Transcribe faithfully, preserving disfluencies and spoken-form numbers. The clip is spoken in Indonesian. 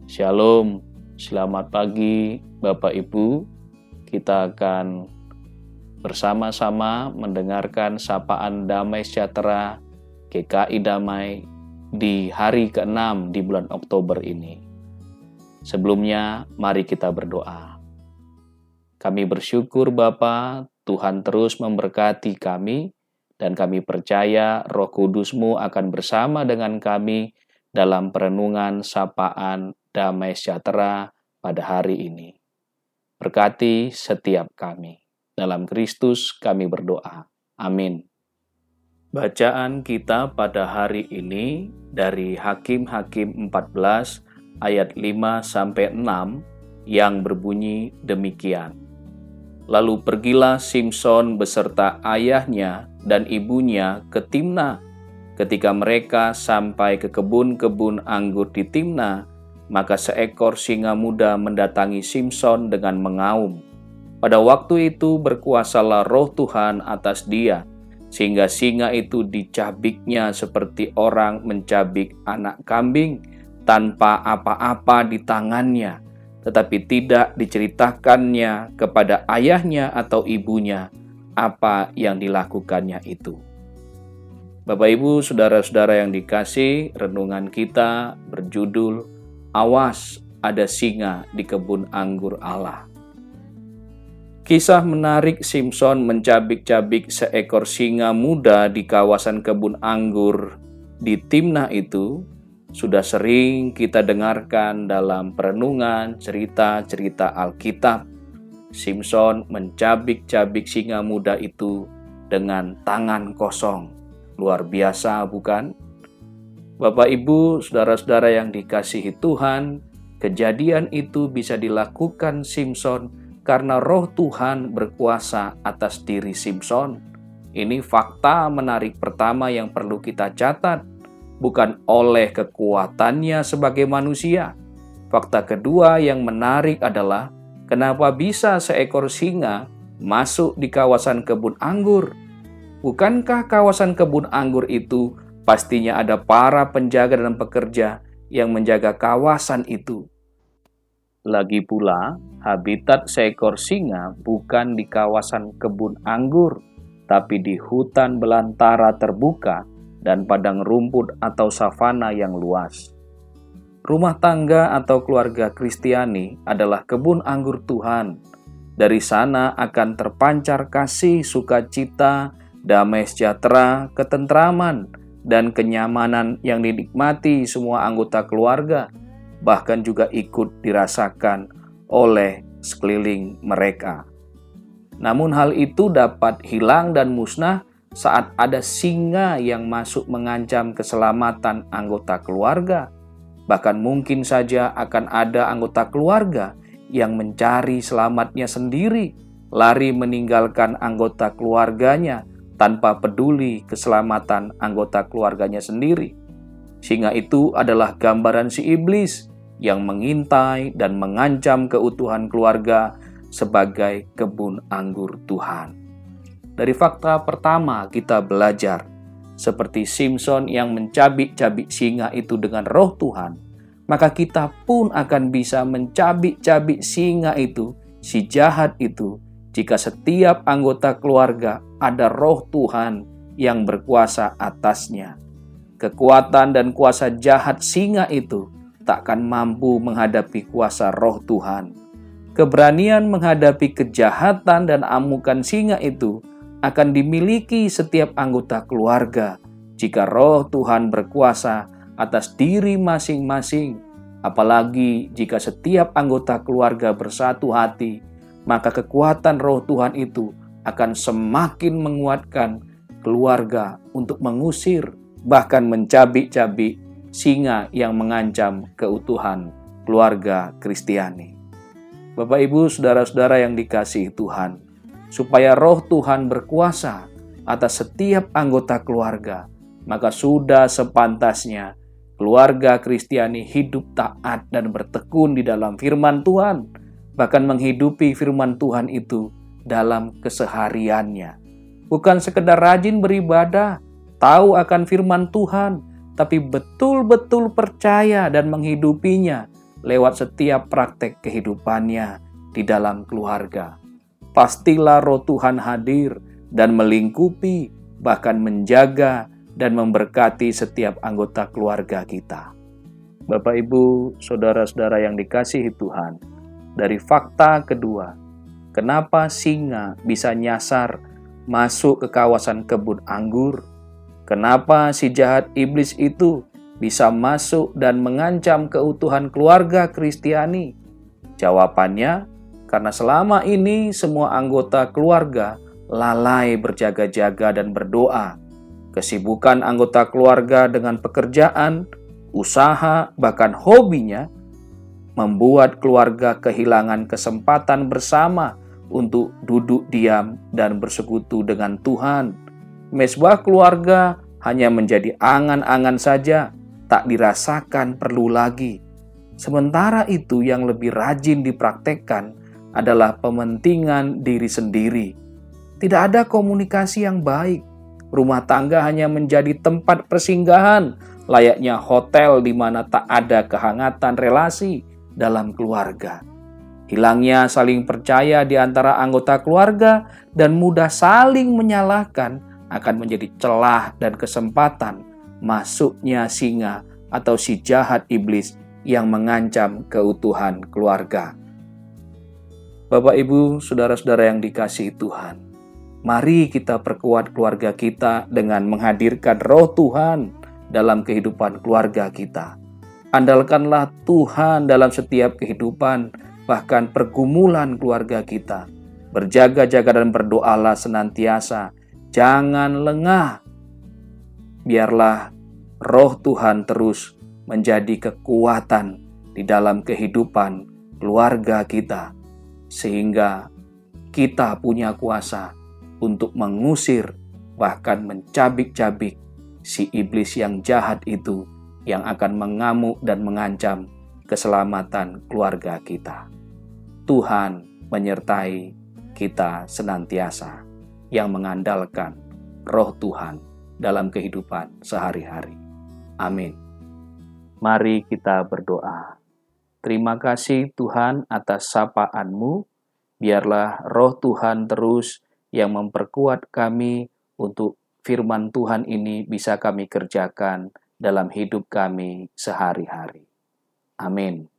Shalom, selamat pagi Bapak Ibu. Kita akan bersama-sama mendengarkan sapaan damai sejahtera G K I Damai di hari keenam di bulan Oktober ini. Sebelumnya, mari kita berdoa. Kami bersyukur Bapa, Tuhan terus memberkati kami, dan kami percaya Roh Kudus-Mu akan bersama dengan kami dalam perenungan sapaan damai sejahtera pada hari ini. Berkati setiap kami. Dalam Kristus kami berdoa. Amin. Bacaan kita pada hari ini dari Hakim-Hakim empat belas ayat lima sampai enam yang berbunyi demikian. Lalu pergilah Simson beserta ayahnya dan ibunya ke Timna. Ketika mereka sampai ke kebun-kebun anggur di Timna, maka seekor singa muda mendatangi Simson dengan mengaum. Pada waktu itu berkuasalah roh Tuhan atas dia, sehingga singa itu dicabiknya seperti orang mencabik anak kambing tanpa apa-apa di tangannya, tetapi tidak diceritakannya kepada ayahnya atau ibunya apa yang dilakukannya itu. Bapak Ibu, saudara-saudara yang dikasihi, renungan kita berjudul Awas, ada singa di kebun anggur Allah. Kisah menarik Simson mencabik-cabik seekor singa muda di kawasan kebun anggur di Timna itu sudah sering kita dengarkan dalam perenungan cerita-cerita Alkitab. Simson mencabik-cabik singa muda itu dengan tangan kosong. Luar biasa, bukan? Bapak, Ibu, saudara-saudara yang dikasihi Tuhan, kejadian itu bisa dilakukan Simson karena roh Tuhan berkuasa atas diri Simson. Ini fakta menarik pertama yang perlu kita catat, bukan oleh kekuatannya sebagai manusia. Fakta kedua yang menarik adalah kenapa bisa seekor singa masuk di kawasan kebun anggur? Bukankah kawasan kebun anggur itu pastinya ada para penjaga dan pekerja yang menjaga kawasan itu? Lagi pula, habitat seekor singa bukan di kawasan kebun anggur, tapi di hutan belantara terbuka dan padang rumput atau savana yang luas. Rumah tangga atau keluarga Kristiani adalah kebun anggur Tuhan. Dari sana akan terpancar kasih, sukacita, damai sejahtera, ketentraman, dan kenyamanan yang dinikmati semua anggota keluarga, bahkan juga ikut dirasakan oleh sekeliling mereka. Namun hal itu dapat hilang dan musnah saat ada singa yang masuk mengancam keselamatan anggota keluarga. Bahkan mungkin saja akan ada anggota keluarga yang mencari selamatnya sendiri, lari meninggalkan anggota keluarganya tanpa peduli keselamatan anggota keluarganya sendiri. Singa itu adalah gambaran si iblis yang mengintai dan mengancam keutuhan keluarga sebagai kebun anggur Tuhan. Dari fakta pertama kita belajar, seperti Simson yang mencabik-cabik singa itu dengan roh Tuhan, maka kita pun akan bisa mencabik-cabik singa itu, si jahat itu, jika setiap anggota keluarga ada roh Tuhan yang berkuasa atasnya. Kekuatan dan kuasa jahat singa itu takkan mampu menghadapi kuasa roh Tuhan. Keberanian menghadapi kejahatan dan amukan singa itu akan dimiliki setiap anggota keluarga jika roh Tuhan berkuasa atas diri masing-masing. Apalagi jika setiap anggota keluarga bersatu hati, maka kekuatan roh Tuhan itu akan semakin menguatkan keluarga untuk mengusir, bahkan mencabik-cabik singa yang mengancam keutuhan keluarga Kristiani. Bapak, Ibu, saudara-saudara yang dikasihi Tuhan, supaya roh Tuhan berkuasa atas setiap anggota keluarga, maka sudah sepantasnya keluarga Kristiani hidup taat dan bertekun di dalam firman Tuhan, bahkan menghidupi firman Tuhan itu dalam kesehariannya. Bukan sekedar rajin beribadah, tahu akan firman Tuhan, tapi betul-betul percaya dan menghidupinya lewat setiap praktek kehidupannya di dalam keluarga. Pastilah roh Tuhan hadir dan melingkupi, bahkan menjaga dan memberkati setiap anggota keluarga kita. Bapak, Ibu, saudara-saudara yang dikasihi Tuhan, dari fakta kedua, kenapa singa bisa nyasar masuk ke kawasan kebun anggur? Kenapa si jahat iblis itu bisa masuk dan mengancam keutuhan keluarga Kristiani? Jawabannya, karena selama ini semua anggota keluarga lalai berjaga-jaga dan berdoa. Kesibukan anggota keluarga dengan pekerjaan, usaha, bahkan hobinya membuat keluarga kehilangan kesempatan bersama untuk duduk diam dan bersekutu dengan Tuhan. Mezbah keluarga hanya menjadi angan-angan saja, tak dirasakan perlu lagi. Sementara itu yang lebih rajin dipraktekkan adalah pementingan diri sendiri. Tidak ada komunikasi yang baik. Rumah tangga hanya menjadi tempat persinggahan, layaknya hotel di mana tak ada kehangatan relasi dalam keluarga. Hilangnya saling percaya di antara anggota keluarga dan mudah saling menyalahkan akan menjadi celah dan kesempatan masuknya singa atau si jahat iblis yang mengancam keutuhan keluarga. Bapak, Ibu, saudara-saudara yang dikasihi Tuhan, mari kita perkuat keluarga kita dengan menghadirkan roh Tuhan dalam kehidupan keluarga kita. Andalkanlah Tuhan dalam setiap kehidupan, bahkan pergumulan keluarga kita. Berjaga-jaga dan berdoalah senantiasa, jangan lengah. Biarlah roh Tuhan terus menjadi kekuatan di dalam kehidupan keluarga kita, sehingga kita punya kuasa untuk mengusir, bahkan mencabik-cabik si iblis yang jahat itu yang akan mengamuk dan mengancam keselamatan keluarga kita. Tuhan menyertai kita senantiasa yang mengandalkan roh Tuhan dalam kehidupan sehari-hari. Amin. Mari kita berdoa. Terima kasih Tuhan atas sapaan-Mu. Biarlah roh Tuhan terus yang memperkuat kami untuk firman Tuhan ini bisa kami kerjakan dalam hidup kami sehari-hari. Amin.